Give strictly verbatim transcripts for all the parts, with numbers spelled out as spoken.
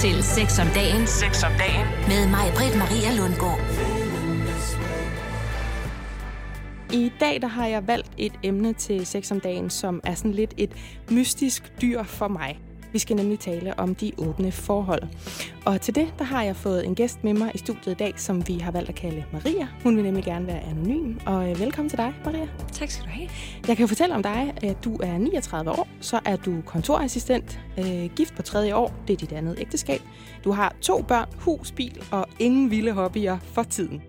til Sex om dagen. Sex om dagen. Med mig, Britt Maria Lundgaard. I dag der har jeg valgt et emne til Sex om dagen, som er sådan lidt et mystisk dyr for mig. Vi skal nemlig tale om de åbne forhold. Og til det, der har jeg fået en gæst med mig i studiet i dag, som vi har valgt at kalde Maria. Hun vil nemlig gerne være anonym. Og velkommen til dig, Maria. Tak skal du have. Jeg kan fortælle om dig, at du er niogtredive år, så er du kontorassistent, øh, gift på tredje år, det er dit andet ægteskab. Du har to børn, hus, bil og ingen vilde hobbyer for tiden.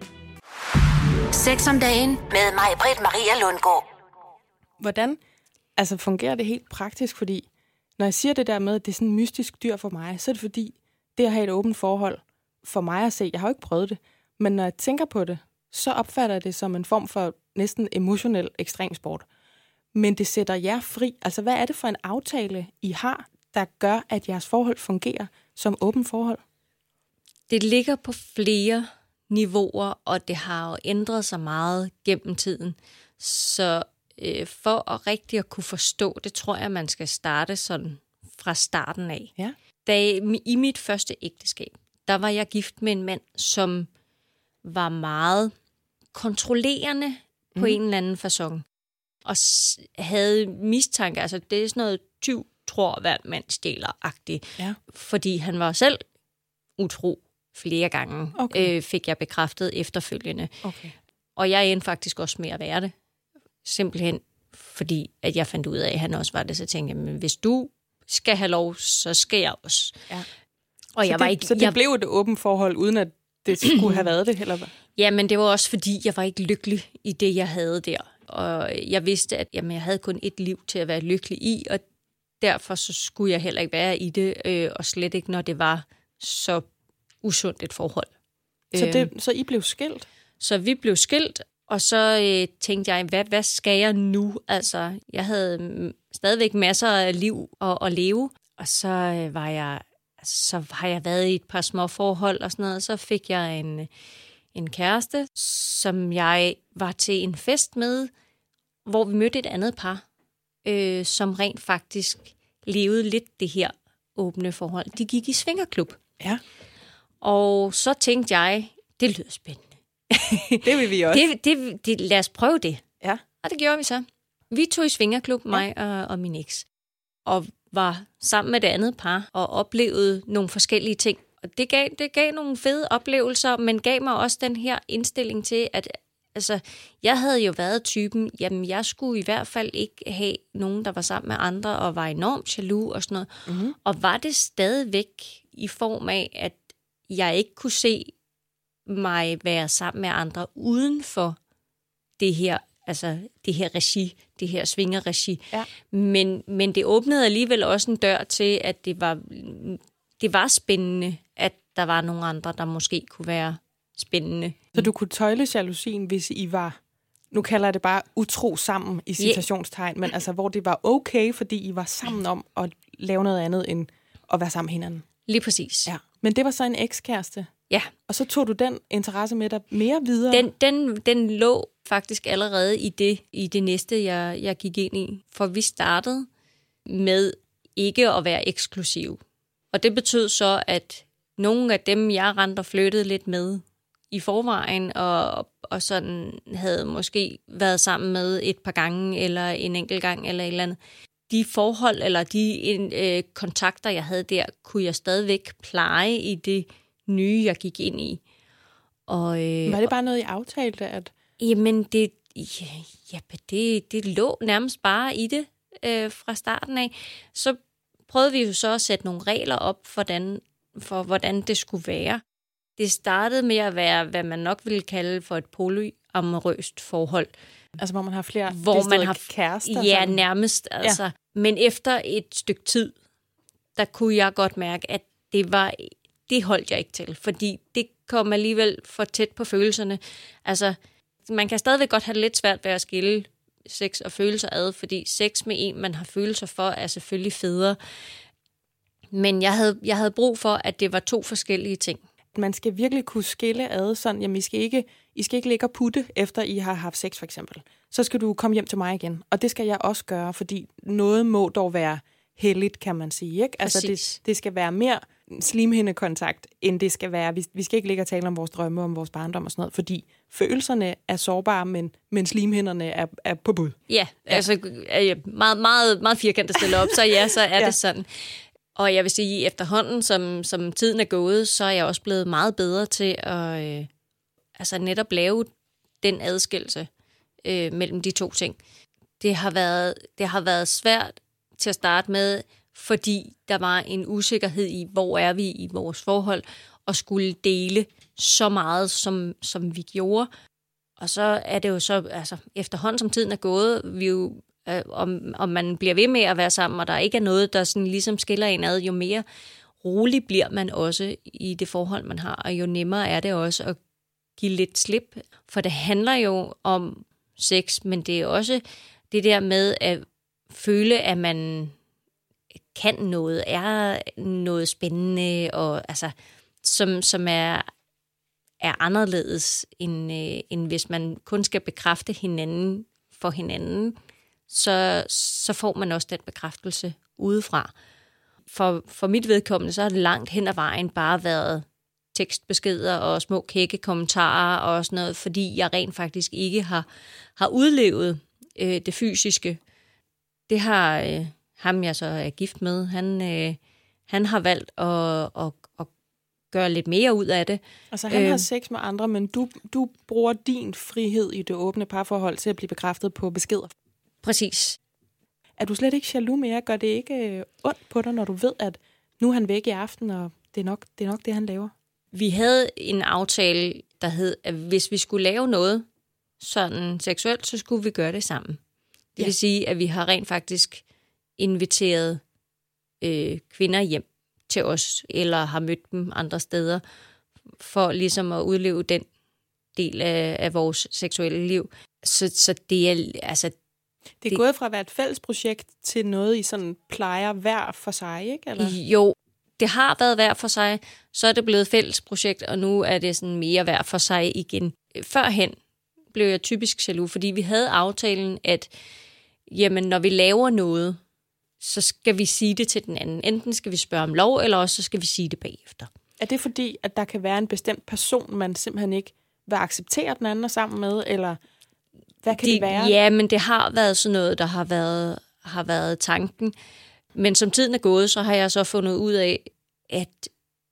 Sex om dagen med mig, Britt Maria Lundgaard. Hvordan altså, fungerer det helt praktisk? Fordi når jeg siger det der med, at det er sådan en mystisk dyr for mig, så er det fordi, det at have et åbent forhold for mig at se, jeg har jo ikke prøvet det, men når jeg tænker på det, så opfatter jeg det som en form for næsten emotionel ekstremsport. Men det sætter jer fri. Altså, hvad er det for en aftale, I har, der gør, at jeres forhold fungerer som åbent forhold? Det ligger på flere niveauer, og det har jo ændret sig meget gennem tiden. Så øh, for at rigtig at kunne forstå det, tror jeg, man skal starte sådan fra starten af. Ja. Da, i mit første ægteskab, der var jeg gift med en mand, som var meget kontrollerende mm. på en eller anden facon. Og havde mistanke, altså det er sådan noget tyv tror hver mand stjæler-agtigt. Ja. Fordi han var selv utro flere gange, okay. øh, fik jeg bekræftet efterfølgende. Okay. Og jeg endte faktisk også med at være det. Simpelthen fordi, at jeg fandt ud af, at han også var det, så tænkte jeg, men hvis du skal have lov, så skal jeg også. Ja. Og så, jeg det, var ikke, så det jeg, blev et åbent forhold, uden at det skulle have været det, eller hvad? Ja, men det var også fordi, jeg var ikke lykkelig i det, jeg havde der. Og jeg vidste, at jamen, jeg havde kun et liv til at være lykkelig i, og derfor så skulle jeg heller ikke være i det, øh, og slet ikke, når det var så usundt et forhold. Så, det, så I blev skilt? Så vi blev skilt, og så øh, tænkte jeg, hvad, hvad skal jeg nu? Altså, jeg havde stadigvæk masser af liv at, at leve, og så øh, var jeg, altså, så har jeg været i et par små forhold og sådan noget, så fik jeg en, en kæreste, som jeg var til en fest med, hvor vi mødte et andet par, øh, som rent faktisk levede lidt det her åbne forhold. De gik i svingerklub. Ja. Og så tænkte jeg, det lyder spændende. Det vil vi også. Det, det, det, lad os prøve det. Ja. Og det gjorde vi så. Vi tog i svingerklub, mig ja. og, og min eks, og var sammen med det andet par og oplevede nogle forskellige ting. Og det gav, det gav nogle fede oplevelser, men gav mig også den her indstilling til, at altså, jeg havde jo været typen, jamen jeg skulle i hvert fald ikke have nogen, der var sammen med andre og var enormt jaloux og sådan noget. Mm-hmm. Og var det stadigvæk i form af, at jeg ikke kunne se mig være sammen med andre uden for det her, altså det her regi, det her svingerregi. Ja. Men, men det åbnede alligevel også en dør til, at det var, det var spændende, at der var nogle andre, der måske kunne være spændende. Så du kunne tøjle jalousien, hvis I var, nu kalder jeg det bare utro sammen i citationstegn, yeah. men altså hvor det var okay, fordi I var sammen om at lave noget andet end at være sammen med hinanden. Lige præcis. Ja. Men det var så en ekskæreste. Ja. Og så tog du den interesse med dig mere videre? Den, den, den lå faktisk allerede i det, i det næste, jeg, jeg gik ind i. For vi startede med ikke at være eksklusiv. Og det betød så, at nogle af dem, jeg rendte og flyttede lidt med i forvejen, og, og sådan havde måske været sammen med et par gange, eller en enkelt gang, eller et eller andet. De forhold, eller de øh, kontakter, jeg havde der, kunne jeg stadigvæk pleje i det nye, jeg gik ind i. Og, øh, var det bare noget, I aftalte? At... Jamen, det, ja, ja, det, det lå nærmest bare i det øh, fra starten af. Så prøvede vi jo så at sætte nogle regler op, for hvordan, for hvordan det skulle være. Det startede med at være, hvad man nok ville kalde for et polyamorøst forhold. Altså, hvor man har flere hvor man har kærester? Ja, sådan. Nærmest. Altså. Ja. Men efter et stykke tid, der kunne jeg godt mærke, at det var... Det holdt jeg ikke til, fordi det kom alligevel for tæt på følelserne. Altså, man kan stadigvæk godt have det lidt svært ved at skille sex og følelser ad, fordi sex med en, man har følelser for, er selvfølgelig federe. Men jeg havde, jeg havde brug for, at det var to forskellige ting. Man skal virkelig kunne skille ad sådan, jamen I skal ikke, I skal ikke ligge og putte, efter I har haft sex for eksempel. Så skal du komme hjem til mig igen. Og det skal jeg også gøre, fordi noget må dog være helligt, kan man sige. Ikke? Altså det, det skal være mere slimhindekontakt, end det skal være. Vi, vi skal ikke ligge og tale om vores drømme, om vores barndom og sådan noget, fordi følelserne er sårbare, men, men slimhinderne er, er på bud. Ja, ja. altså meget, meget, meget firkantet stille op, så ja, så er ja. det sådan. Og jeg vil sige, efterhånden, som, som tiden er gået, så er jeg også blevet meget bedre til at øh, altså netop lave den adskillelse øh, mellem de to ting. Det har været, det har været svært til at starte med, fordi der var en usikkerhed i, hvor er vi i vores forhold, og skulle dele så meget, som, som vi gjorde. Og så er det jo så, altså efterhånden som tiden er gået, vi jo, øh, om, om man bliver ved med at være sammen, og der ikke er noget, der sådan ligesom skiller en ad, jo mere rolig bliver man også i det forhold, man har, og jo nemmere er det også at give lidt slip. For det handler jo om sex, men det er også det der med at føle, at man kan noget, er noget spændende, og altså, som, som er, er anderledes, end, øh, end hvis man kun skal bekræfte hinanden for hinanden, så, så får man også den bekræftelse udefra. For, for mit vedkommende, så har det langt hen ad vejen bare været tekstbeskeder og små kække kommentarer og sådan noget, fordi jeg rent faktisk ikke har, har udlevet øh, det fysiske. Det har øh, ham, jeg så er gift med, han, øh, han har valgt at, at, at gøre lidt mere ud af det. Altså han øh, har sex med andre, men du, du bruger din frihed i det åbne parforhold til at blive bekræftet på beskeder. Præcis. Er du slet ikke jaloux mere? Gør det ikke ondt på dig, når du ved, at nu er han væk i aften, og det er nok det, er nok det han laver? Vi havde en aftale, der hed, at hvis vi skulle lave noget sådan seksuelt, så skulle vi gøre det sammen. Det ja. vil sige, at vi har rent faktisk inviteret øh, kvinder hjem til os, eller har mødt dem andre steder, for ligesom at udleve den del af, af vores seksuelle liv. Så, så det er altså... Det er det, gået fra at være et fælles projekt til noget, I sådan plejer hver for sig, ikke? Eller? Jo, det har været hver for sig, så er det blevet et fælles projekt, og nu er det sådan mere hver for sig igen. Førhen blev jeg typisk jaloux, fordi vi havde aftalen, at jamen, når vi laver noget, så skal vi sige det til den anden. Enten skal vi spørge om lov, eller også så skal vi sige det bagefter. Er det fordi, at der kan være en bestemt person, man simpelthen ikke vil acceptere, den anden er sammen med, eller hvad kan det, det være? Ja, men det har været sådan noget, der har været, har været tanken. Men som tiden er gået, så har jeg så fundet ud af, at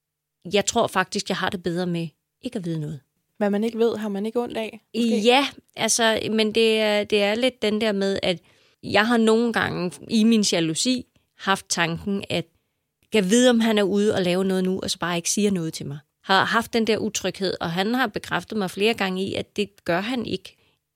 jeg tror faktisk, jeg har det bedre med ikke at vide noget. Hvad man ikke ved, har man ikke ondt af? Måske? Ja, altså, men det er, det er lidt den der med, at jeg har nogle gange i min jalousi haft tanken, at jeg ved, om han er ude og lave noget nu, og så bare ikke siger noget til mig. Har haft den der utryghed, og han har bekræftet mig flere gange i, at det gør han ikke.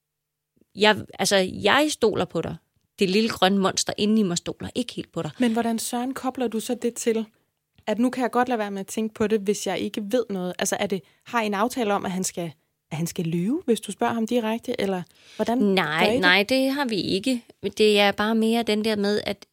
Jeg, altså, jeg stoler på dig. Det lille grønne monster inde i mig stoler ikke helt på dig. Men hvordan søren kobler du så det til, at nu kan jeg godt lade være med at tænke på det, hvis jeg ikke ved noget? Altså, er det, har I en aftale om, at han skal, at han skal lyve, hvis du spørger ham direkte? Eller hvordan nej, det? nej, det har vi ikke. Det er bare mere den der med, at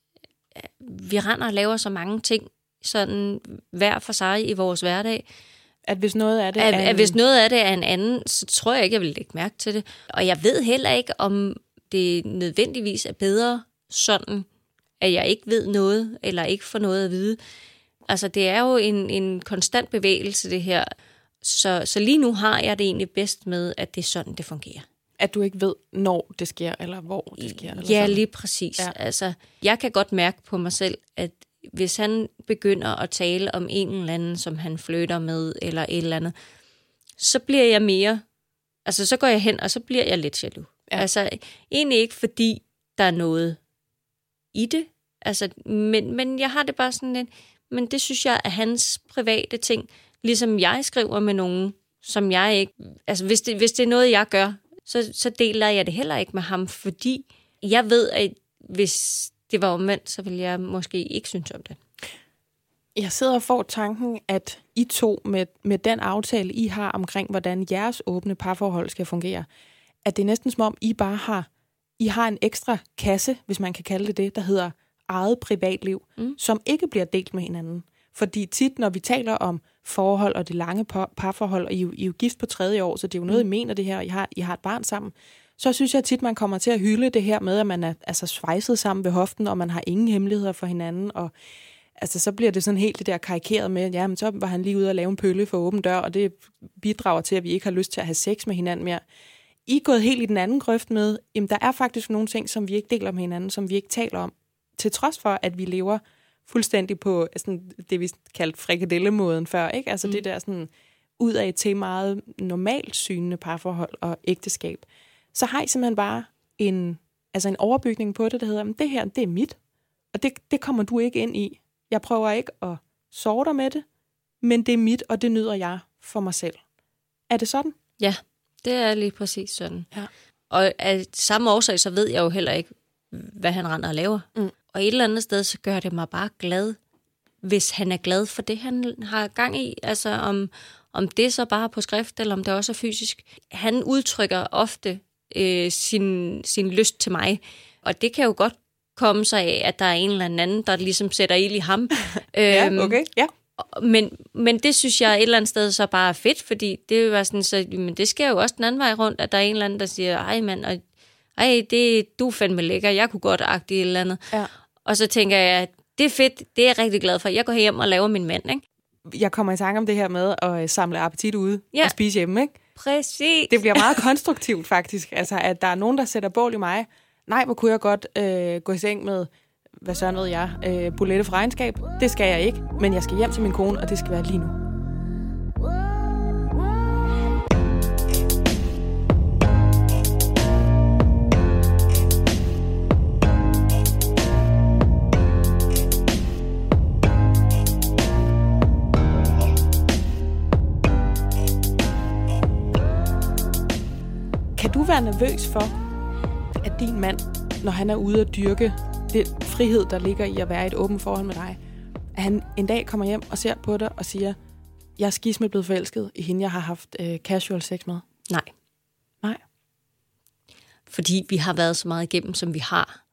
vi render og laver så mange ting, sådan hver for sig i vores hverdag. At hvis noget af det at, er en... at hvis noget af det er en anden, så tror jeg ikke, jeg vil lægge mærke til det. Og jeg ved heller ikke, om det nødvendigvis er bedre sådan, at jeg ikke ved noget, eller ikke får noget at vide. Altså, det er jo en, en konstant bevægelse, det her. Så, så lige nu har jeg det egentlig bedst med, at det er sådan, det fungerer. At du ikke ved, når det sker, eller hvor det sker? Eller ja, sådan. lige præcis. Ja. Altså, jeg kan godt mærke på mig selv, at hvis han begynder at tale om en eller anden, som han flytter med, eller et eller andet, så bliver jeg mere... Altså, så går jeg hen, og så bliver jeg lidt jaloux. Ja. Altså, egentlig ikke, fordi der er noget i det, altså, men, men jeg har det bare sådan lidt... Men det synes jeg er hans private ting, ligesom jeg skriver med nogen, som jeg ikke... Altså, hvis det, hvis det er noget, jeg gør, så, så deler jeg det heller ikke med ham, fordi jeg ved, at hvis det var omvendt, så ville jeg måske ikke synes om det. Jeg sidder og får tanken, at I to med, med den aftale, I har omkring, hvordan jeres åbne parforhold skal fungere, at det er næsten som om, I bare har, I har en ekstra kasse, hvis man kan kalde det det, der hedder eget privatliv, mm. som ikke bliver delt med hinanden. Fordi tit, når vi taler om forhold og de lange parforhold, og I, I er jo gift på tredje år, så det er jo noget, mm. I mener det her, og I har, I har et barn sammen, så synes jeg tit, man kommer til at hylde det her med, at man er altså svejset sammen ved hoften, og man har ingen hemmeligheder for hinanden. Og altså, så bliver det sådan helt det der karikeret med, ja, men så var han lige ude og lave en pølle for åben dør, og det bidrager til, at vi ikke har lyst til at have sex med hinanden mere. I er gået helt i den anden grøft med, jamen, der er faktisk nogle ting, som vi ikke deler med hinanden, som vi ikke taler om. Til trods for, at vi lever fuldstændig på sådan, det, vi kaldte frikadellemåden før, ikke? Altså mm. det der sådan udad til meget normalt synende parforhold og ægteskab. Så har I simpelthen bare en, altså en overbygning på det, der hedder, det her, det er mit, og det, det kommer du ikke ind i. Jeg prøver ikke at sove dig med det, men det er mit, og det nyder jeg for mig selv. Er det sådan? Ja, det er lige præcis sådan. Ja. Og af samme årsag, så ved jeg jo heller ikke, hvad han render og laver. Mm. Og et eller andet sted, så gør det mig bare glad, hvis han er glad for det, han har gang i. Altså om, om det så bare på skrift, eller om det også er fysisk. Han udtrykker ofte øh, sin, sin lyst til mig, og det kan jo godt komme sig af, at der er en eller anden, der ligesom sætter ild i ham. Ja, okay, ja. Men, men det synes jeg et eller andet sted så bare er fedt, fordi det var sådan, så, men det sker jo også den anden vej rundt, at der er en eller anden, der siger, ej mand, og, ej, det, du er fandme lækker, jeg kunne godt agte et eller andet. Ja. Og så tænker jeg, det er fedt, det er jeg rigtig glad for. Jeg går hjem og laver min mand, ikke? Jeg kommer i tanke om det her med at samle appetit ude ja. Og spise hjemme, ikke? Præcis. Det bliver meget konstruktivt faktisk, altså at der er nogen, der sætter bål i mig. Nej, hvor kunne jeg godt øh, gå i seng med, hvad søren ved jeg, øh, bulette for regnskab. Det skal jeg ikke, men jeg skal hjem til min kone, og det skal være lige nu. Kan du være nervøs for, at din mand, når han er ude at dyrke den frihed, der ligger i at være i et åbent forhold med dig, at han en dag kommer hjem og ser på dig og siger, jeg er skismet blevet forelsket i hende, jeg har haft øh, casual sex med? Nej. Nej. Fordi vi har været så meget igennem, som vi har.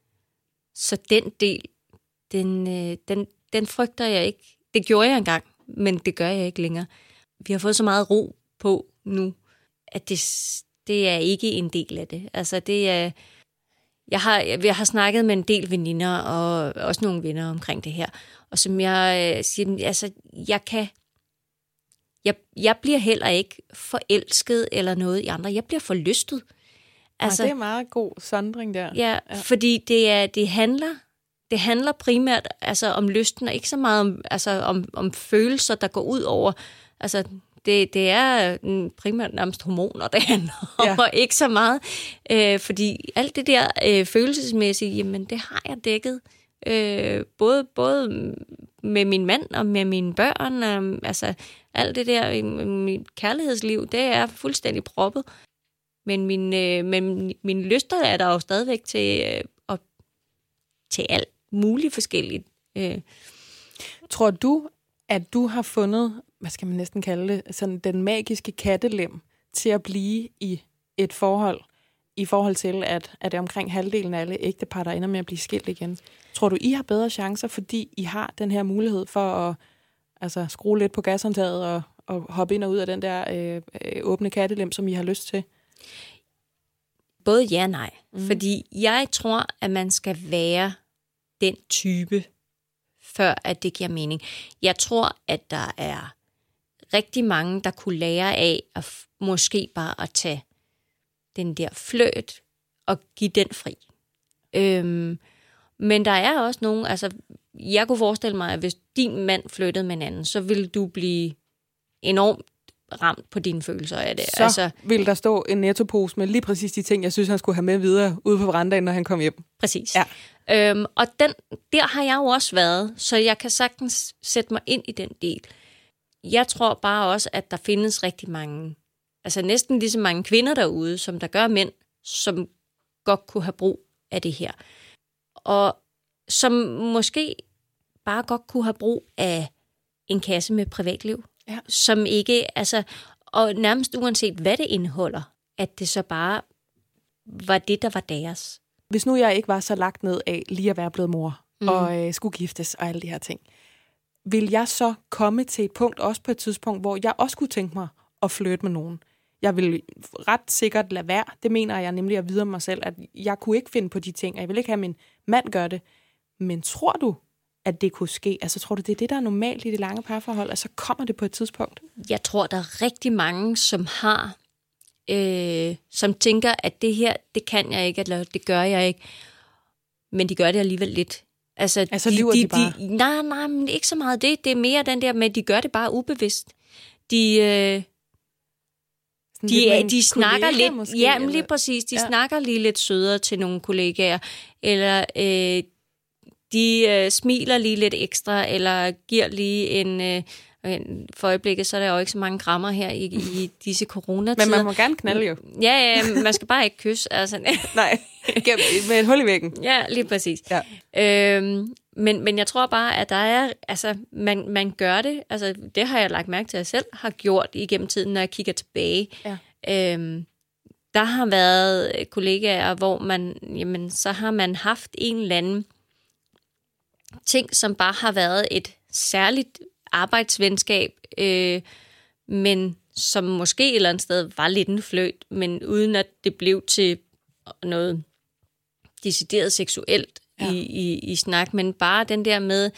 Så den del, den, øh, den, den frygter jeg ikke. Det gjorde jeg engang, men det gør jeg ikke længere. Vi har fået så meget ro på nu, at det, det er ikke en del af det. Altså det er... Jeg har, jeg har snakket med en del veninder og også nogle venner omkring det her. Og som jeg øh, siger, altså, jeg kan... Jeg, jeg bliver heller ikke forelsket eller noget i andre. Jeg bliver forlystet. Altså, ja, det er meget god sondring der. Ja, ja. Fordi det, er, det, handler, det handler primært altså, om lysten, og ikke så meget om, altså, om, om følelser, der går ud over... Altså, Det, det er primært nærmest hormoner, det handler om, ja. Og ikke så meget. Øh, fordi alt det der øh, følelsesmæssige, jamen det har jeg dækket. Øh, både, både med min mand og med mine børn. Øh, altså alt det der, mit kærlighedsliv, det er fuldstændig proppet. Men min, øh, men mine lyster er der jo stadigvæk til, øh, og, til alt muligt forskelligt. Øh. Tror du, at du har fundet... hvad skal man næsten kalde det, sådan den magiske kattelem til at blive i et forhold, i forhold til, at, at det er omkring halvdelen af alle ægtepar, der ender med at blive skilt igen. Tror du, I har bedre chancer, fordi I har den her mulighed for at altså, skrue lidt på gashåndtaget og, og hoppe ind og ud af den der øh, øh, åbne kattelem, som I har lyst til? Både ja og nej. Mm. Fordi jeg tror, at man skal være den type, før at det giver mening. Jeg tror, at der er rigtig mange, der kunne lære af at f- måske bare at tage den der fløjt og give den fri. Øhm, men der er også nogen, altså jeg kunne forestille mig, at hvis din mand flyttede med en anden, så ville du blive enormt ramt på dine følelser af det. Så altså, ville der stå en nettopose med lige præcis de ting, jeg synes, han skulle have med videre ude på verandaen, når han kom hjem. Præcis. Ja. Øhm, og den, der har jeg jo også været, så jeg kan sagtens sætte mig ind i den del. Jeg tror bare også, at der findes rigtig mange, altså næsten lige så mange kvinder derude, som der gør mænd, som godt kunne have brug af det her. Og som måske bare godt kunne have brug af en kasse med privatliv. Ja. Som ikke, altså, og nærmest uanset hvad det indeholder, at det så bare var det, der var deres. Hvis nu jeg ikke var så lagt ned af lige at være blevet mor, mm. og øh, skulle giftes og alle de her ting, vil jeg så komme til et punkt, også på et tidspunkt, hvor jeg også kunne tænke mig at flytte med nogen? Jeg vil ret sikkert lade være. Det mener jeg nemlig at vide om mig selv, at jeg kunne ikke finde på de ting, og jeg vil ikke have, at min mand gør det. Men tror du, at det kunne ske? Altså, tror du, det er det, der er normalt i det lange parforhold? Altså, kommer det på et tidspunkt? Jeg tror, der er rigtig mange, som har, øh, som tænker, at det her, det kan jeg ikke, eller det gør jeg ikke. Men de gør det alligevel lidt. Altså, altså de, lyver de, de bare? De, nej, nej, men ikke så meget det. Det er mere den der med, at de gør det bare ubevidst. De... Øh, De, de snakker lidt, måske, ja, men lige præcis, de ja. snakker lige lidt sødere til nogle kollegaer, eller øh, de øh, smiler lige lidt ekstra, eller giver lige en, øh, for øjeblikket, så er der jo ikke så mange krammer her i, i disse coronatider. Men man må gerne knalde jo. Ja, ja, man skal bare ikke kysse. Altså. Nej, med et hul i væggen. Ja, lige præcis. Ja. Øhm, men, men jeg tror bare, at der er, altså, man, man gør det, altså, det har jeg lagt mærke til, at jeg selv har gjort igennem tiden, når jeg kigger tilbage. Ja. Øhm, der har været kollegaer, hvor man, jamen, så har man haft en eller anden ting, som bare har været et særligt arbejdsvenskab, øh, men som måske et eller andet sted var lidt en fløjt, men uden at det blev til noget decideret seksuelt ja. i, i, i snak, men bare den der med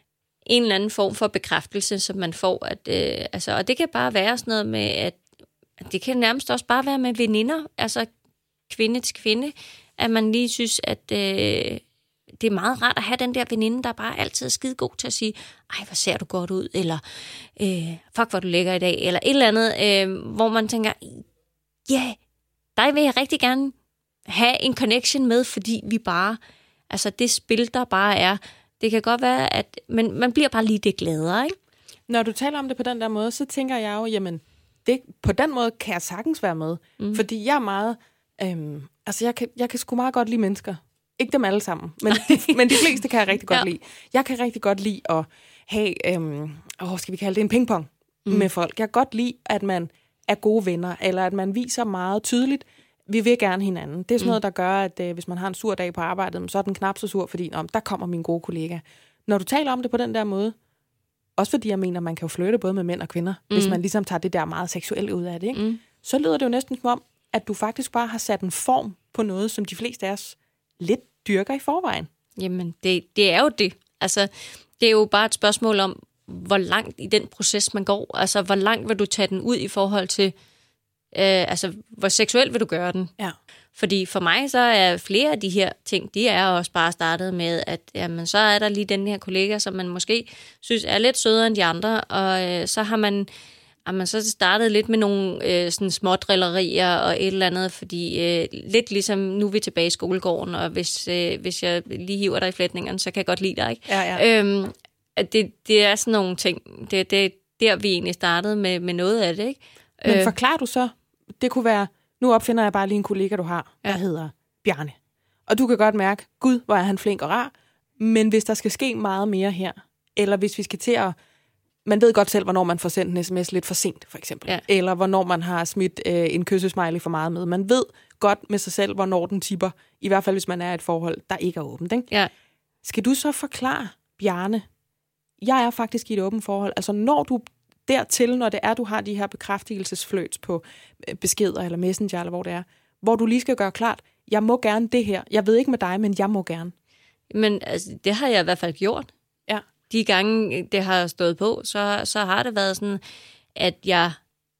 en eller anden form for bekræftelse, som man får. At, øh, altså, og det kan bare være sådan noget med, at, at det kan nærmest også bare være med veninder, altså kvinde til kvinde, at man lige synes, at øh, det er meget rart at have den der veninde, der bare altid er skide god til at sige, ej, hvor ser du godt ud, eller øh, fuck, hvor du lækker i dag, eller et eller andet, øh, hvor man tænker, ja, yeah, dig vil jeg rigtig gerne have en connection med, fordi vi bare, altså det spil, der bare er, det kan godt være, at men man bliver bare lige det gladere, ikke? Når du taler om det på den der måde, så tænker jeg jo, jamen, det, på den måde kan jeg sagtens være med, mm. fordi jeg er meget, øhm, altså jeg kan, jeg kan sgu meget godt lide mennesker. Ikke dem alle sammen, men de, men de fleste kan jeg rigtig godt ja. lide. Jeg kan rigtig godt lide at have, øhm, åh, skal vi kalde det en pingpong mm. med folk. Jeg kan godt lide, at man er gode venner, eller at man viser meget tydeligt, vi vil gerne hinanden. Det er sådan noget, der gør, at øh, hvis man har en sur dag på arbejdet, så er den knap så sur, fordi om der kommer min gode kollega. Når du taler om det på den der måde, også fordi jeg mener, man kan jo flytte både med mænd og kvinder, mm. hvis man ligesom tager det der meget seksuelle ud af det, ikke? Mm. Så lyder det jo næsten som om, at du faktisk bare har sat en form på noget, som de fleste af os lidt dyrker i forvejen. Jamen, det, det er jo det. Altså, det er jo bare et spørgsmål om, hvor langt i den proces man går. Altså, hvor langt vil du tage den ud i forhold til, øh, altså, hvor seksuelt vil du gøre den? Ja. Fordi for mig, så er flere af de her ting, de er også bare startet med, at jamen, så er der lige den her kollega, som man måske synes er lidt sødere end de andre, og øh, så har man Jamen, så startede lidt med nogle øh, sådan små drillerier og et eller andet, fordi øh, lidt ligesom, nu er vi tilbage i skolegården, og hvis, øh, hvis jeg lige hiver dig i flætningerne, så kan jeg godt lide dig, ikke? Ja, ja. Øhm, det, det er sådan nogle ting. Det, det er der, vi egentlig startede med, med noget af det, ikke? Men forklarer du så, det kunne være, nu opfinder jeg bare lige en kollega, du har, der ja. hedder Bjarne. Og du kan godt mærke, gud, hvor er han flink og rar, men hvis der skal ske meget mere her, eller hvis vi skal til at man ved godt selv, hvornår man får sendt en sms lidt for sent, for eksempel. Ja. Eller hvornår man har smidt øh, en kyssesmiley for meget med. Man ved godt med sig selv, hvornår den tipper. I hvert fald, hvis man er i et forhold, der ikke er åbent. Ikke? Ja. Skal du så forklare, Bjarne, jeg er faktisk i et åbent forhold. Altså når du dertil, når det er, du har de her bekræftelsesfløjts på beskeder eller messenger, eller hvor det er, hvor du lige skal gøre klart, jeg må gerne det her. Jeg ved ikke med dig, men jeg må gerne. Men altså, det har jeg i hvert fald gjort. Ja. De gange, det har stået på, så, så har det været sådan, at jeg...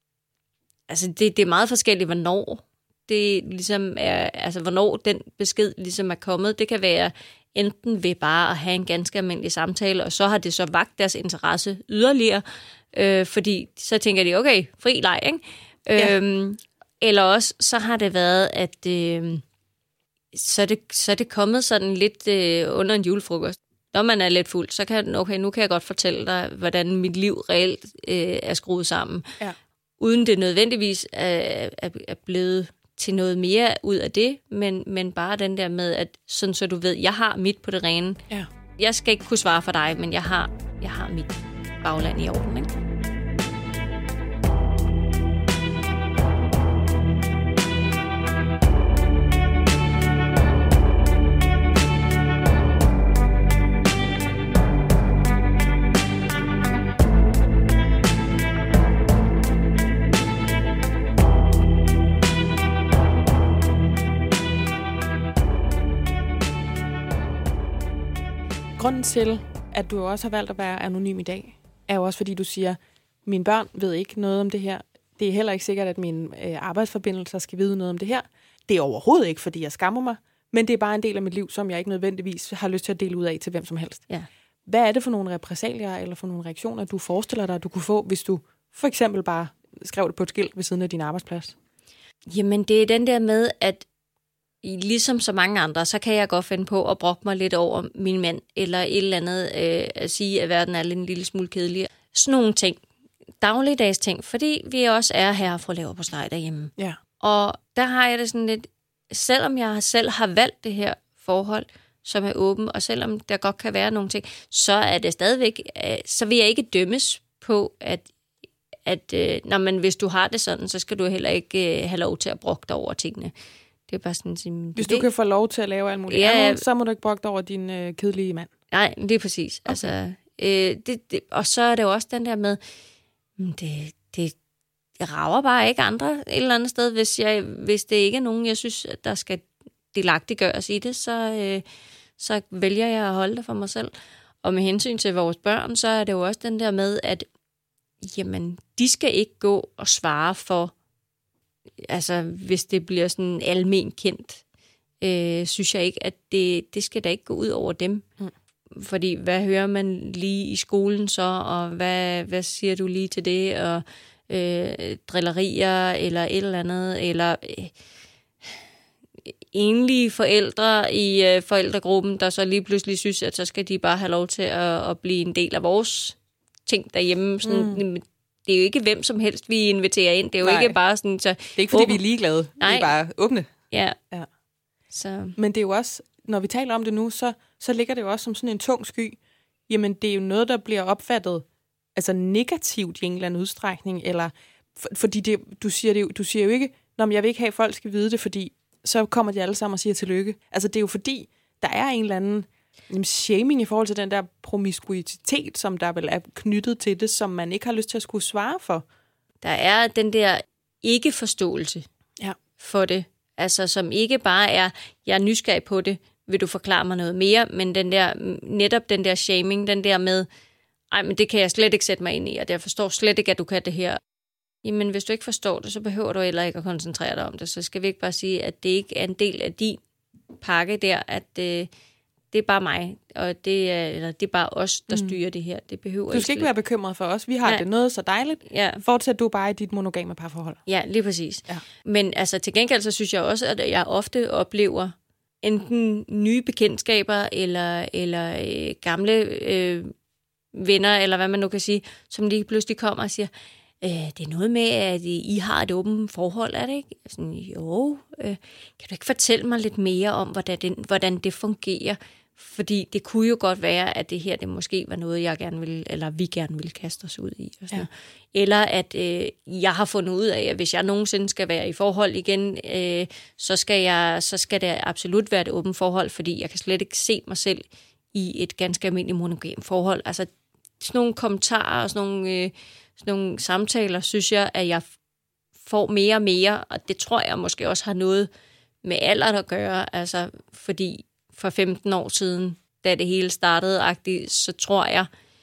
Altså, det, det er meget forskelligt, hvornår det ligesom er... Altså, hvornår den besked ligesom er kommet. Det kan være enten ved bare at have en ganske almindelig samtale, og så har det så vakt deres interesse yderligere, øh, fordi så tænker de, okay, fri leg, ikke? Ja. Øhm, eller også, så har det været, at... Øh, så, er det, så er det kommet sådan lidt øh, under en julefrokost. Når man er lidt fuld, så kan okay, nu kan jeg godt fortælle dig, hvordan mit liv reelt øh, er skruet sammen. Ja. Uden det nødvendigvis er, er, er blevet til noget mere ud af det, men, men bare den der med, at sådan så du ved, jeg har mit på det rene. Ja. Jeg skal ikke kunne svare for dig, men jeg har, jeg har mit bagland i orden, ikke? Grunden til, at du også har valgt at være anonym i dag, er jo også fordi, du siger, mine børn ved ikke noget om det her. Det er heller ikke sikkert, at mine øh, arbejdsforbindelser skal vide noget om det her. Det er overhovedet ikke, fordi jeg skammer mig, men det er bare en del af mit liv, som jeg ikke nødvendigvis har lyst til at dele ud af til hvem som helst. Ja. Hvad er det for nogle repressalier eller for nogle reaktioner, du forestiller dig, at du kunne få, hvis du for eksempel bare skrev det på et skilt ved siden af din arbejdsplads? Jamen, det er den der med, at ligesom så mange andre, så kan jeg godt finde på at brokke mig lidt over min mand, eller et eller andet øh, at sige, at verden er en lille smule kedelig. Sådan nogle ting. Dagligdags ting, fordi vi også er her for at lave på steg derhjemme. Ja. Og der har jeg det sådan lidt, selvom jeg selv har valgt det her forhold, som er åben, og selvom der godt kan være nogle ting, så er det stadigvæk, så vil jeg ikke dømmes på, at, at når man, hvis du har det sådan, så skal du heller ikke have lov til at brokke dig over tingene. Det er bare sådan, sådan hvis du det, kan få lov til at lave alt muligt ja, andet, så må du ikke brokke dig over din øh, kedelige mand. Nej, det er præcis. Okay. Altså, øh, det, det, og så er det jo også den der med, det, det jeg rager bare ikke andre et eller andet sted, hvis, jeg, hvis det ikke er nogen, jeg synes, der skal delagtiggøres i det, så, øh, så vælger jeg at holde det for mig selv. Og med hensyn til vores børn, så er det jo også den der med, at jamen, de skal ikke gå og svare for, altså hvis det bliver sådan almen kendt, øh, synes jeg ikke, at det, det skal da ikke gå ud over dem. Mm. Fordi hvad hører man lige i skolen så, og hvad, hvad siger du lige til det, og øh, drillerier, eller et eller andet, eller øh, enlige forældre i øh, forældregruppen, der så lige pludselig synes, at så skal de bare have lov til at, at blive en del af vores ting derhjemme. Sådan, mm. Det er jo ikke hvem som helst, vi inviterer ind. Det er jo Nej. ikke bare sådan... Så, det er ikke, fordi åben. Vi er ligeglade. Nej. Vi er bare åbne. Ja. ja. Så. Men det er jo også, når vi taler om det nu, så, så ligger det jo også som sådan en tung sky. Jamen, det er jo noget, der bliver opfattet altså negativt i en eller anden udstrækning, eller for, fordi det, du, siger det jo, du siger jo ikke, når jeg vil ikke have, at folk skal vide det, fordi så kommer de alle sammen og siger tillykke. Altså, det er jo fordi, der er en eller anden jamen, shaming i forhold til den der promiskuitet, som der vel er knyttet til det, som man ikke har lyst til at skulle svare for. Der er den der ikke-forståelse ja. for det, altså som ikke bare er, jeg er nysgerrig på det, vil du forklare mig noget mere, men den der, netop den der shaming, den der med, ej, men det kan jeg slet ikke sætte mig ind i, og jeg forstår slet ikke, at du kan det her. Jamen, hvis du ikke forstår det, så behøver du heller ikke at koncentrere dig om det, så skal vi ikke bare sige, at det ikke er en del af din pakke der, at øh, det er bare mig, og det er, eller det er bare os, der styrer mm. det her. Det behøver du skal ikke være bekymret for os. Vi har ja. det noget så dejligt. Ja. Fortsæt du bare i dit monogame parforhold. Ja, lige præcis. Ja. Men altså, til gengæld så synes jeg også, at jeg ofte oplever enten nye bekendtskaber, eller, eller øh, gamle øh, venner, eller hvad man nu kan sige, som lige pludselig kommer og siger, øh, det er noget med, at I har et åbent forhold, er det ikke? Sådan, jo, øh, kan du ikke fortælle mig lidt mere om, hvordan det, hvordan det fungerer? Fordi det kunne jo godt være, at det her det måske var noget, jeg gerne ville, eller vi gerne ville kaste os ud i. Og sådan. Ja. Eller at øh, jeg har fundet ud af, at hvis jeg nogensinde skal være i forhold igen, øh, så, skal jeg, så skal det absolut være et åbent forhold, fordi jeg kan slet ikke se mig selv i et ganske almindeligt monogamt forhold. Altså sådan nogle kommentarer og sådan nogle, øh, sådan nogle samtaler, synes jeg, at jeg får mere og mere, og det tror jeg måske også har noget med alder at gøre, altså fordi for femten år siden, da det hele startede, så tror jeg,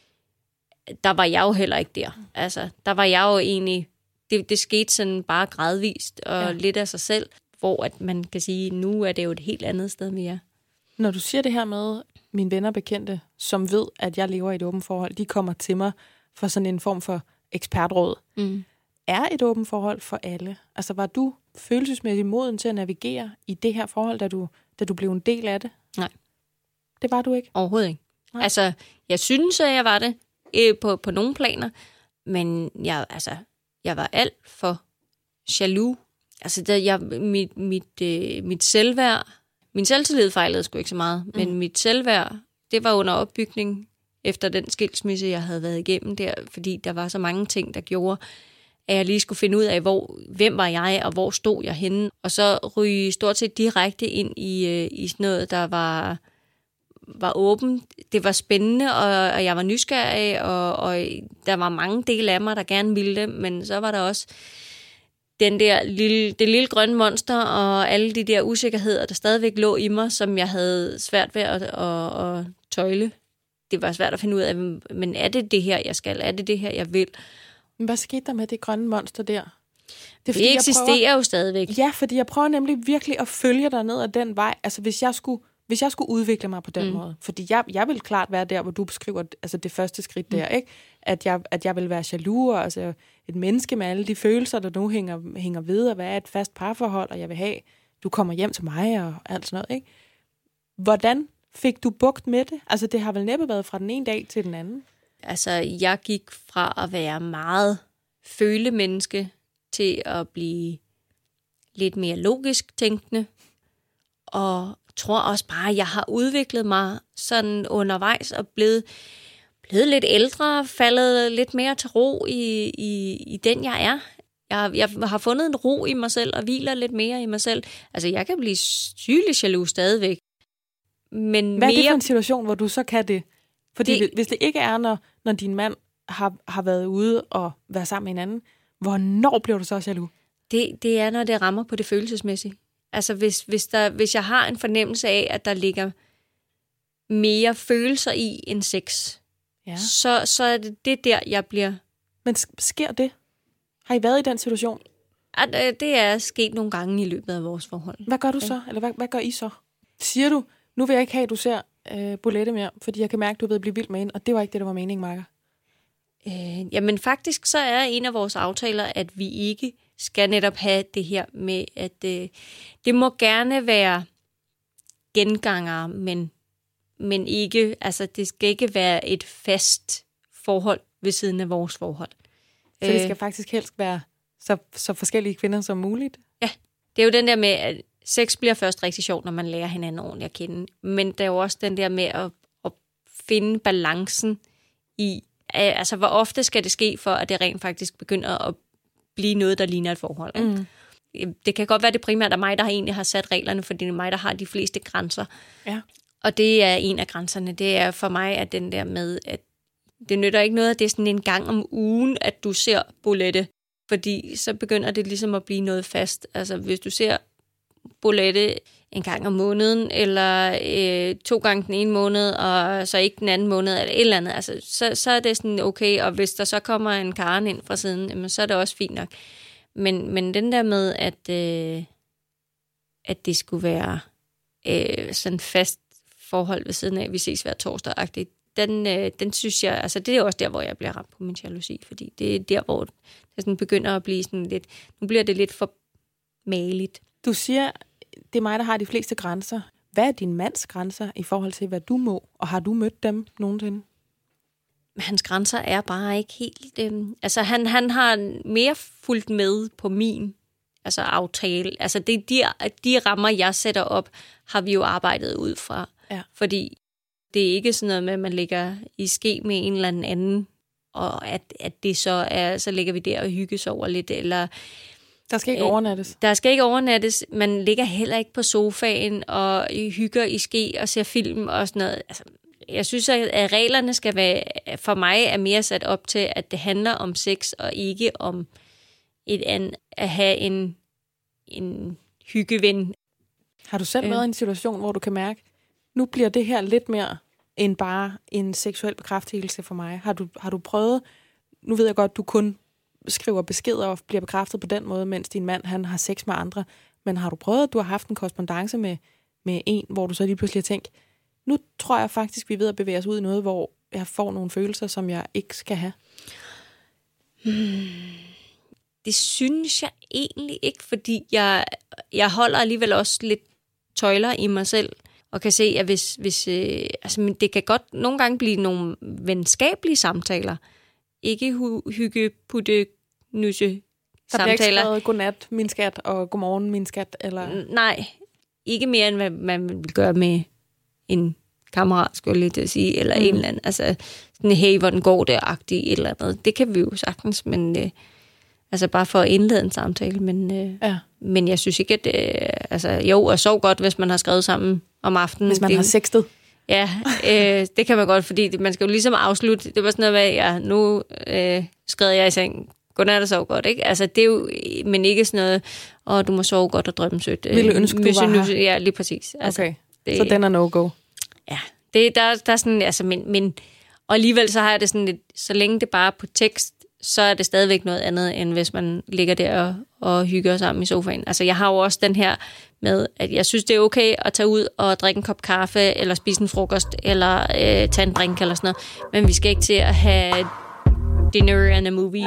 der var jeg jo heller ikke der. Altså, der var jeg jo egentlig, det, det skete sådan bare gradvist, og ja. lidt af sig selv, hvor at man kan sige, nu er det jo et helt andet sted mere. Når du siger det her med mine venner bekendte, som ved, at jeg lever i et åbent forhold, de kommer til mig for sådan en form for ekspertråd. Mm. Er et åbent forhold for alle? Altså, var du følelsesmæssigt moden til at navigere i det her forhold, da du, da du blev en del af det? Nej. Det var du ikke? Overhovedet ikke. Nej. Altså, jeg synes, at jeg var det øh, på, på nogle planer, men jeg, altså, jeg var alt for jaloux. Altså, der, jeg, mit, mit, øh, mit selvværd, min selvtillid fejlede sgu ikke så meget, mm. men mit selvværd, det var under opbygning efter den skilsmisse, jeg havde været igennem der, fordi der var så mange ting, der gjorde, at jeg lige skulle finde ud af, hvor, hvem var jeg, og hvor stod jeg henne. Og så ryge stort set direkte ind i, i sådan noget, der var, var åbent. Det var spændende, og, og jeg var nysgerrig, og, og der var mange dele af mig, der gerne ville det, men så var der også den der lille, det lille grønne monster, og alle de der usikkerheder, der stadigvæk lå i mig, som jeg havde svært ved at, at, at tøjle. det var svært at finde ud af, men er det det her, jeg skal? Er det det her, jeg vil? Men hvad skete der med det grønne monster der? Det, er, det eksisterer prøver, jo stadigvæk. Ja, fordi jeg prøver nemlig virkelig at følge dig ned ad den vej. Altså, hvis jeg skulle, hvis jeg skulle udvikle mig på den mm. måde. Fordi jeg, jeg vil klart være der, hvor du beskriver altså det første skridt der, mm. ikke? At jeg, at jeg vil være jaloux, og altså et menneske med alle de følelser, der nu hænger, hænger ved, og være et fast parforhold, og jeg vil have, du kommer hjem til mig, og alt sådan noget, ikke? Hvordan fik du bugt med det? Altså, det har vel næppe været fra den ene dag til den anden? Altså, jeg gik fra at være meget følemenneske til at blive lidt mere logisk tænkende, og tror også bare, at jeg har udviklet mig sådan undervejs og blevet, blevet lidt ældre, faldet lidt mere til ro i, i, i den, jeg er. Jeg, jeg har fundet en ro i mig selv og hviler lidt mere i mig selv. Altså, jeg kan blive sygelig jaloux stadigvæk. Men hvad er mere... det for en situation, hvor du så kan det? Fordi det... hvis det ikke er, når, når din mand har, har været ude og været sammen med en anden, hvornår bliver du så jaloux? Det, det er, når det rammer på det følelsesmæssige. Altså, hvis, hvis, der, hvis jeg har en fornemmelse af, at der ligger mere følelser i end sex, ja. så, så er det, det der, jeg bliver... Men sker det? Har I været i den situation? At, det er sket nogle gange i løbet af vores forhold. Hvad gør du så? Eller hvad, hvad gør I så? Siger du, nu vil jeg ikke have, at du ser øh, Bolette mere, fordi jeg kan mærke, at du er ved at blive vild med hende, og det var ikke det, der var meningen, Maja? Øh, jamen faktisk så er en af vores aftaler, at vi ikke skal netop have det her med, at øh, det må gerne være gengangere, men, men ikke, altså det skal ikke være et fast forhold ved siden af vores forhold. Så det skal faktisk helst være så, så forskellige kvinder som muligt? Ja, det er jo den der med, at sex bliver først rigtig sjovt, når man lærer hinanden ordentligt at kende. Men der er jo også den der med at, at finde balancen i, altså hvor ofte skal det ske, for at det rent faktisk begynder at blive noget, der ligner et forhold. Mm. Det kan godt være, det primært er mig, der egentlig har sat reglerne, for det er mig, der har de fleste grænser. Ja. Og det er en af grænserne. Det er for mig, at den der med, at det nytter ikke noget, at det er sådan en gang om ugen, at du ser Bolette. Fordi så begynder det ligesom at blive noget fast. Altså hvis du ser Bolette en gang om måneden, eller øh, to gange den ene måned, og så ikke den anden måned, eller et eller andet, altså, så, så er det sådan okay, og hvis der så kommer en Karen ind fra siden, jamen, så er det også fint nok. Men, men den der med, at, øh, at det skulle være øh, sådan fast forhold ved siden af, vi ses hver torsdag-agtigt, den, øh, den synes jeg, altså det er også der, hvor jeg bliver ramt på min jalousi, fordi det er der, hvor det sådan begynder at blive sådan lidt, nu bliver det lidt for maligt. Du siger, det er mig, der har de fleste grænser. Hvad er din mands grænser i forhold til, hvad du må? Og har du mødt dem nogensinde? Hans grænser er bare ikke helt... Øh, altså, han, han har mere fulgt med på min altså, aftale. Altså, det, de, de rammer, jeg sætter op, har vi jo arbejdet ud fra. Ja. Fordi det er ikke sådan noget med, at man ligger i ske med en eller anden, og at, at det så er, så ligger vi der og hygges over lidt, eller... Der skal ikke overnattes. Der skal ikke overnattes. Man ligger heller ikke på sofaen og hygger i ske og ser film og sådan noget. Altså, jeg synes, at reglerne skal være, for mig er mere sat op til, at det handler om sex og ikke om et andet, at have en, en hyggeven. Har du selv været i en situation, hvor du kan mærke, nu bliver det her lidt mere end bare en seksuel bekræftelse for mig? Har du, har du prøvet, nu ved jeg godt, du kun skriver beskeder og bliver bekræftet på den måde, mens din mand han har sex med andre. Men har du prøvet, at du har haft en korrespondance med, med en, hvor du så lige pludselig har tænkt, nu tror jeg faktisk, vi er ved at bevæge os ud i noget, hvor jeg får nogle følelser, som jeg ikke skal have? Hmm. Det synes jeg egentlig ikke, fordi jeg, jeg holder alligevel også lidt tøjler i mig selv, og kan se, at hvis, hvis øh, altså, det kan godt nogle gange blive nogle venskabelige samtaler, ikke hu- hygge, putte, nysse der samtaler. Der bliver ikke skrevet godnat, min skat, og godmorgen, min skat, eller... Nej, ikke mere, end hvad man vil gøre med en kammerat, skulle jeg lige sige, eller mm. en eller anden. Altså, sådan, hey, hvordan går det-agtigt, et eller andet. Det kan vi jo sagtens, men... Øh, altså, bare for at indlede en samtale, men... Øh, ja. Men jeg synes ikke, at... Øh, altså, jo, og sov godt, hvis man har skrevet sammen om aftenen. Hvis man det, har sextet. Ja, øh, det kan man godt, fordi det, man skal jo ligesom afslutte. Det var sådan noget med, ja, nu øh, skrev jeg i seng, godnat og sov godt, ikke? Altså, det er jo, men ikke sådan noget, åh, du må sove godt og drømme sødt. Ville du ønske, du var her? Ja, lige præcis. Altså, okay, det, så den er no-go? Ja, Det, der, der er sådan, altså, men, men, og alligevel så har jeg det sådan lidt, så længe det bare er på tekst, så er det stadigvæk noget andet, end hvis man ligger der og, og hygger sammen i sofaen. Altså, jeg har jo også den her med, at jeg synes, det er okay at tage ud og drikke en kop kaffe, eller spise en frokost, eller øh, tage en drink, eller sådan noget. Men vi skal ikke til at have dinner and a movie.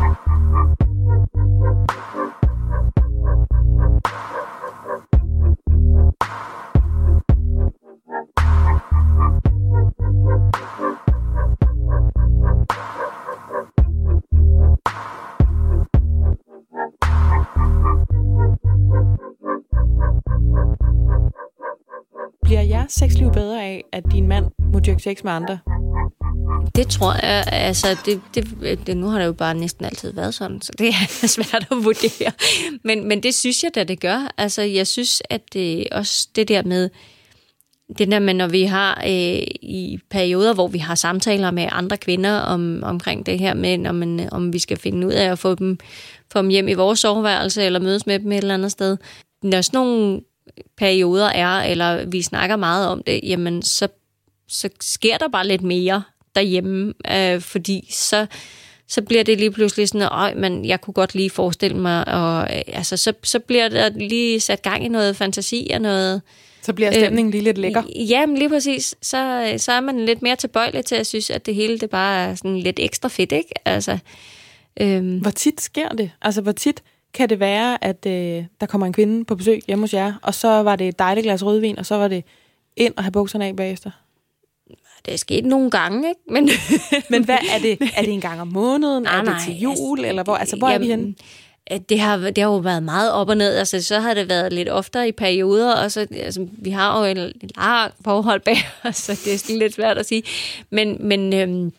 Bliver jeres sexliv bedre af, at din mand må dyrke sex med andre? Det tror jeg, altså, det, det, det, nu har det jo bare næsten altid været sådan, så det er svært at vurdere. Men, men det synes jeg da, det gør. Altså, jeg synes, at det også det der med, det der med, når vi har øh, i perioder, hvor vi har samtaler med andre kvinder om, omkring det her med, om, man, om vi skal finde ud af at få dem, få dem hjem i vores soveværelse, eller mødes med dem et eller andet sted. Når sådan nogle perioder er, eller vi snakker meget om det, jamen så, så sker der bare lidt mere derhjemme, øh, fordi så, så bliver det lige pludselig sådan, at men jeg kunne godt lige forestille mig, og øh, altså, så, så bliver der lige sat gang i noget fantasi og noget. Så bliver stemningen øh, lige lidt lækker. Ja, men lige præcis. Så, så er man lidt mere tilbøjelig til at synes, at det hele det bare er sådan lidt ekstra fedt, ikke? Altså, øh, hvor tit sker det? Altså, hvor tit kan det være, at øh, der kommer en kvinde på besøg hjemme hos jer, og så var det et dejligt glas rødvin, og så var det ind og have bukserne af bagefter? Det er sket nogle gange, ikke? Men, Men hvad er det? Er det en gang om måneden? Nej, er det nej, til jul? Altså, eller hvor, altså, hvor jamen, er vi henne? Det har, det har jo været meget op og ned. Altså, så har det været lidt oftere i perioder, og så, altså, vi har jo et langt forhold bag os, så det er sådan lidt svært at sige. Men, men øhm,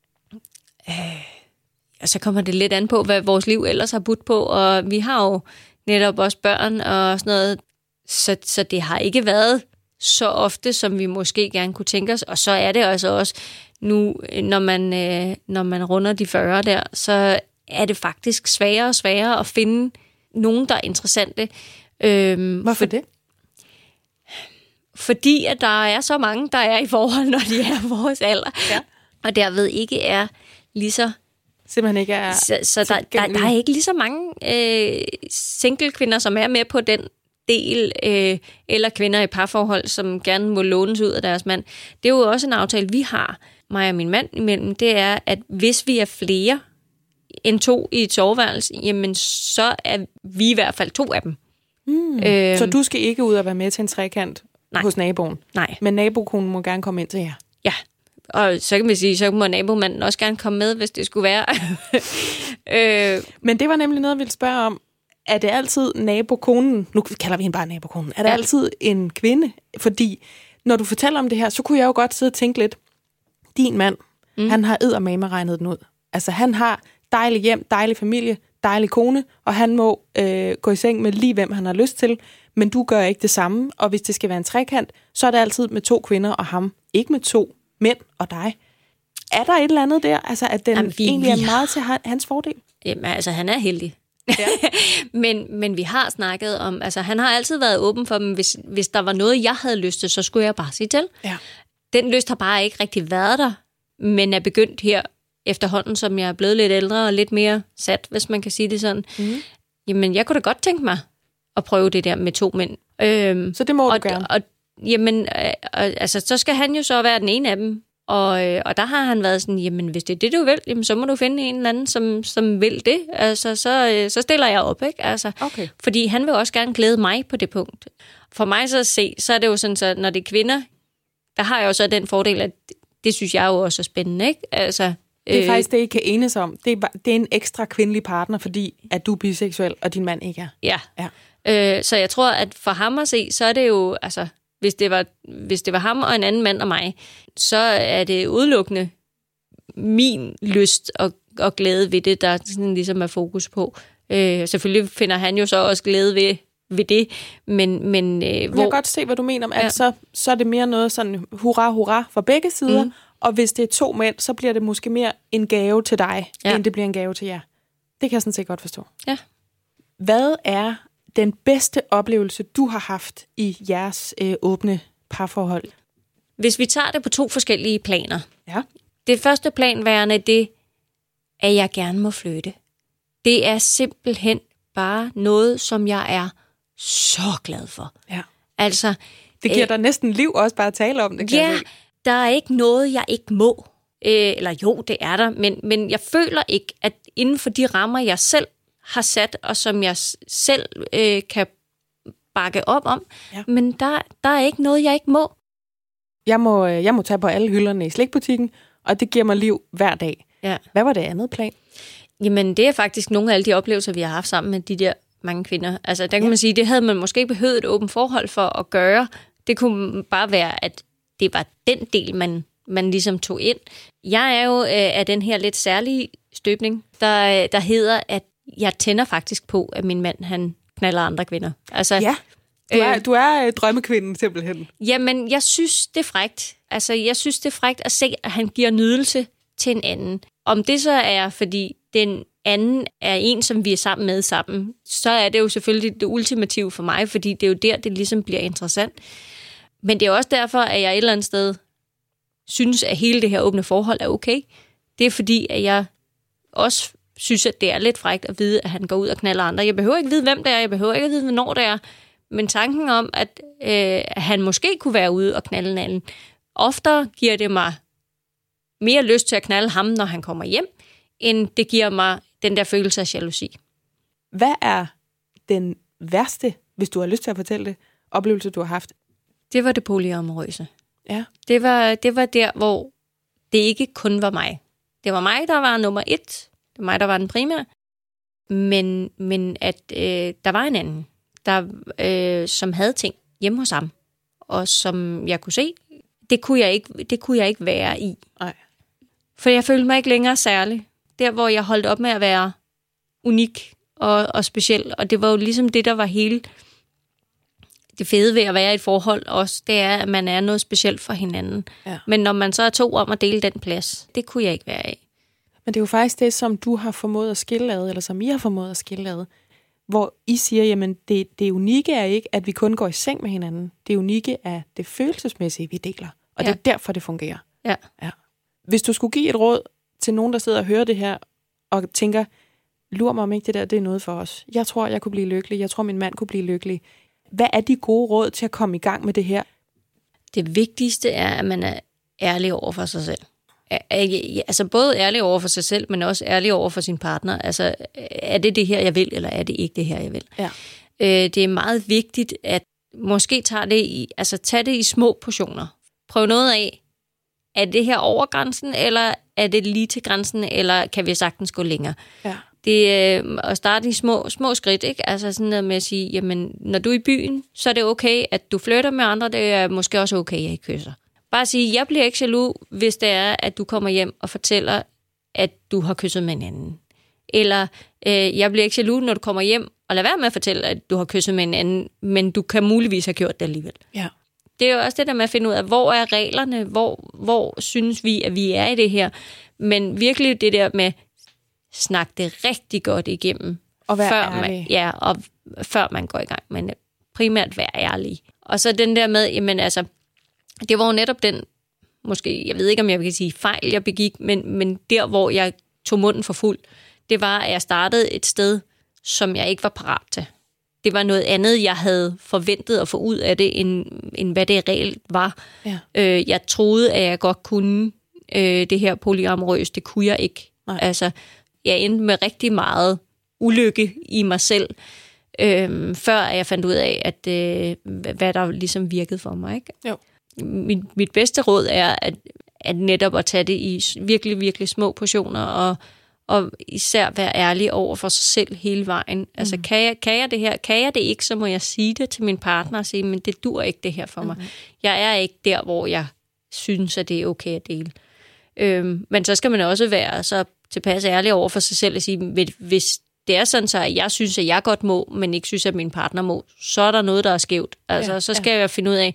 øh, og så kommer det lidt an på, hvad vores liv ellers har budt på, og vi har jo netop også børn og sådan noget, så, så det har ikke været så ofte, som vi måske gerne kunne tænke os, og så er det altså også nu, når man, øh, når man runder de fyrre der, så er det faktisk sværere og sværere at finde nogen, der er interessante. Øhm, Hvorfor for, det? Fordi at der er så mange, der er i forhold, når de er vores alder, ja. Og derved ikke er lige så simpelthen ikke er så, så der, der, der er ikke lige så mange øh, single-kvinder, som er med på den del, øh, eller kvinder i parforhold, som gerne må lånes ud af deres mand. Det er jo også en aftale, vi har, mig og min mand imellem, det er, at hvis vi er flere end to i et soveværelse, jamen så er vi i hvert fald to af dem. Mm. Øhm, så du skal ikke ud og være med til en trekant nej. hos naboen? Nej. Men nabokonen må gerne komme ind til jer? Ja. Og så kan vi sige, så må nabomanden også gerne komme med, hvis det skulle være. øh. Men det var nemlig noget, jeg ville spørge om. Er det altid nabokonen? Nu kalder vi hende bare nabokonen. Er det ja. altid en kvinde? Fordi når du fortæller om det her, så kunne jeg jo godt sidde og tænke lidt. Din mand, mm. han har eddermame regnet den ud. Altså han har dejlig hjem, dejlig familie, dejlig kone, og han må øh, gå i seng med lige hvem han har lyst til. Men du gør ikke det samme. Og hvis det skal være en trekant, så er det altid med to kvinder og ham. Ikke med to mænd og dig. Er der et eller andet der, altså at den Jamen, vi, egentlig er meget til hans fordel? Jamen, altså han er heldig. Ja. men, men vi har snakket om, altså han har altid været åben for dem, hvis, hvis der var noget, jeg havde lyst til, så skulle jeg bare sige til. Ja. Den lyst har bare ikke rigtig været der, men er begyndt her efterhånden, som jeg er blevet lidt ældre og lidt mere sat, hvis man kan sige det sådan. Mm. Jamen, jeg kunne da godt tænke mig at prøve det der med to mænd. Øhm, så det må og, du gerne? Og, jamen, øh, altså, så skal han jo så være den ene af dem. Og, øh, og der har han været sådan, jamen, hvis det er det, du vil, jamen, så må du finde en eller anden, som, som vil det. Altså, så, øh, så stiller jeg op, ikke? Altså, okay. Fordi han vil også gerne glæde mig på det punkt. For mig så at se, så er det jo sådan, så når det er kvinder, der har jeg jo så den fordel, at det synes jeg jo også er spændende, ikke? Altså, det er faktisk det, I kan enes om. Det er, det er en ekstra kvindelig partner, fordi at du er biseksuel, og din mand ikke er. Ja. ja. Øh, så jeg tror, at for ham at se, så er det jo, altså, hvis det var, hvis det var ham og en anden mand og mig, så er det udelukkende min lyst og, og glæde ved det, der sådan ligesom er fokus på. Øh, selvfølgelig finder han jo så også glæde ved, ved det, men... men øh, hvor... Jeg kan godt se, hvad du mener om, at ja. så, så er det mere noget sådan hurra, hurra for begge sider, mm. og hvis det er to mænd, så bliver det måske mere en gave til dig, ja. end det bliver en gave til jer. Det kan jeg sådan set godt forstå. Ja. Hvad er den bedste oplevelse, du har haft i jeres øh, åbne parforhold? Hvis vi tager det på to forskellige planer. Ja. Det første plan værende det, at jeg gerne må flytte. Det er simpelthen bare noget, som jeg er så glad for. Ja. Altså, det giver øh, dig næsten liv også bare at tale om det. Kan ja, der er ikke noget, jeg ikke må. Øh, eller jo, det er der, men, men jeg føler ikke, at inden for de rammer, jeg selv har sat, og som jeg selv øh, kan bakke op om, ja. men der, der er ikke noget, jeg ikke må. Jeg må, jeg må tage på alle hylderne i slikbutikken, og det giver mig liv hver dag. Ja. Hvad var det andet plan? Jamen, det er faktisk nogle af alle de oplevelser, vi har haft sammen med de der mange kvinder. Altså, der kan ja. man sige, det havde man måske ikke behøvet et åbent forhold for at gøre. Det kunne bare være, at det var den del, man, man ligesom tog ind. Jeg er jo øh, af den her lidt særlige støbning, der, der hedder, at jeg tænder faktisk på, at min mand, han knalder andre kvinder. Altså, ja, du er, øh, du er øh, drømmekvinden simpelthen. Jamen, jeg synes, det er frækt. Altså, jeg synes, det er frækt at se, at han giver nydelse til en anden. Om det så er, fordi den anden er en, som vi er sammen med sammen, så er det jo selvfølgelig det ultimative for mig, fordi det er jo der, det ligesom bliver interessant. Men det er også derfor, at jeg et eller andet sted synes, at hele det her åbne forhold er okay. Det er fordi, at jeg også synes, at det er lidt frækt at vide, at han går ud og knalder andre. Jeg behøver ikke vide, hvem det er. Jeg behøver ikke at vide, hvornår det er. Men tanken om, at, øh, at han måske kunne være ude og knalde en anden, oftere giver det mig mere lyst til at knalde ham, når han kommer hjem, end det giver mig den der følelse af jalousi. Hvad er den værste, hvis du har lyst til at fortælle det, oplevelse, du har haft? Det var det polyamorøse. Ja. Det var, det var der, hvor det ikke kun var mig. Det var mig, der var nummer et. Det var mig, der var den primære. Men, men at øh, der var en anden, der, øh, som havde ting hjemme hos ham, og som jeg kunne se, det kunne jeg ikke, det kunne jeg ikke være i. Nej. For jeg følte mig ikke længere særlig. Der, hvor jeg holdt op med at være unik og, og speciel. Og det var jo ligesom det, der var hele det fede ved at være i et forhold også. Det er, at man er noget specielt for hinanden. Ja. Men når man så er to om at dele den plads, det kunne jeg ikke være af. Men det er jo faktisk det, som du har formået at skille ad, eller som I har formået at skille ad. Hvor I siger, jamen det, det unikke er ikke, at vi kun går i seng med hinanden. Det unikke er det følelsesmæssige, vi deler. Og ja. Det er derfor, det fungerer. Ja. Ja. Hvis du skulle give et råd til nogen, der sidder og hører det her, og tænker, lur mig om ikke det der, det er noget for os. Jeg tror, jeg kunne blive lykkelig. Jeg tror, min mand kunne blive lykkelig. Hvad er de gode råd til at komme i gang med det her? Det vigtigste er, at man er ærlig over for sig selv. Altså både ærlig over for sig selv, men også ærlig over for sin partner. Altså, er det det her, jeg vil, eller er det ikke det her, jeg vil? Ja. Det er meget vigtigt, at måske tage det i, altså tage det i små portioner. Prøv noget af. Er det her over grænsen, eller er det lige til grænsen, eller kan vi sagtens gå længere? Ja. Det er at starte i små, små skridt, ikke? Altså sådan noget med at sige, jamen, når du er i byen, så er det okay, at du flytter med andre, det er måske også okay, at I kysser. Bare sige, jeg bliver ikke jaloux, hvis det er, at du kommer hjem og fortæller, at du har kysset med en anden. Eller, øh, jeg bliver ikke jaloux, når du kommer hjem, og lad være med at fortælle, at du har kysset med en anden, men du kan muligvis have gjort det alligevel. Ja. Det er jo også det der med at finde ud af, hvor er reglerne, hvor, hvor synes vi, at vi er i det her. Men virkelig det der med, snak det rigtig godt igennem. Og være før ærlig. Man, ja, og før man går i gang. Men primært være ærlig. Og så den der med, jamen altså, det var jo netop den, måske, jeg ved ikke, om jeg kan sige fejl, jeg begik, men, men der, hvor jeg tog munden for fuld, det var, at jeg startede et sted, som jeg ikke var parat til. Det var noget andet, jeg havde forventet at få ud af det, end, end hvad det reelt var. Ja. Øh, jeg troede, at jeg godt kunne øh, det her polyamorøs. Det kunne jeg ikke. Nej. Altså, jeg endte med rigtig meget ulykke i mig selv, øh, før jeg fandt ud af, at øh, hvad der ligesom virkede for mig. Ikke? Jo. Mit, mit bedste råd er, at, at netop at tage det i virkelig, virkelig små portioner, og og især være ærlig over for sig selv hele vejen. Altså, mm. kan, jeg, kan jeg det her? Kan jeg det ikke, så må jeg sige det til min partner og sige, men det dur ikke det her for mig. Mm. Jeg er ikke der, hvor jeg synes, at det er okay at dele. Øhm, men så skal man også være så tilpas ærlig over for sig selv og sige, hvis det er sådan, så jeg synes, at jeg godt må, men ikke synes, at min partner må, så er der noget, der er skævt. Altså, ja, så skal ja. jeg finde ud af,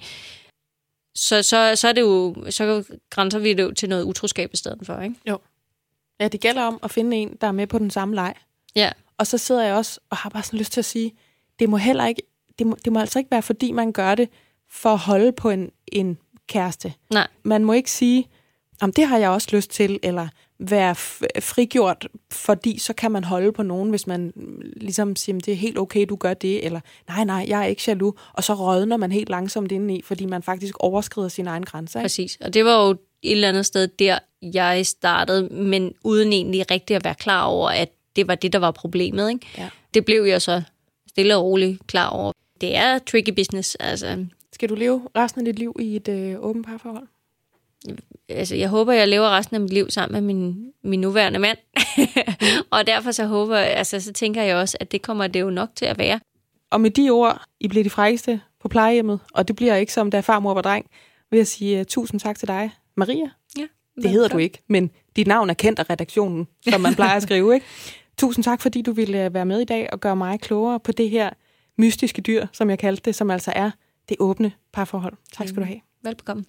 så, så, så er det jo, så grænser vi det jo til noget utroskab i stedet for, ikke? Jo. Ja, det gælder om at finde en, der er med på den samme leg. Ja. Og så sidder jeg også og har bare sådan lyst til at sige, det må heller ikke, det må, det må altså ikke være, fordi man gør det for at holde på en, en kæreste. Nej. Man må ikke sige, om det har jeg også lyst til, eller være f- frigjort, fordi så kan man holde på nogen, hvis man ligesom siger, det er helt okay, du gør det, eller nej, nej, jeg er ikke jaloux, og så rådner man helt langsomt indeni, fordi man faktisk overskrider sine egne grænser. Ikke? Præcis, og det var jo et eller andet sted der, jeg startede, men uden egentlig rigtig at være klar over, at det var det, der var problemet. Ikke? Ja. Det blev jeg så stille og roligt klar over. Det er tricky business. Altså. Skal du leve resten af dit liv i et øh, åbent parforhold? Altså, jeg håber, jeg lever resten af mit liv sammen med min, min nuværende mand. Og derfor så håber altså, så tænker jeg også, at det kommer det jo nok til at være. Og med de ord, I bliver de frækkeste på plejehjemmet, og det bliver ikke som, da farmor var dreng, vil jeg sige uh, tusind tak til dig, Maria. Ja, det hedder du ikke, men dit navn er kendt af redaktionen, som man plejer at skrive, ikke? Tusind tak, fordi du ville være med i dag og gøre mig klogere på det her mystiske dyr, som jeg kaldte det, som altså er det åbne parforhold. Tak skal du have. Velbekomme.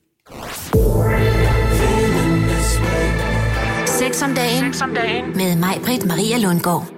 Sex om dagen, Sex om dagen. Med mig, Britt Maria Lundgaard.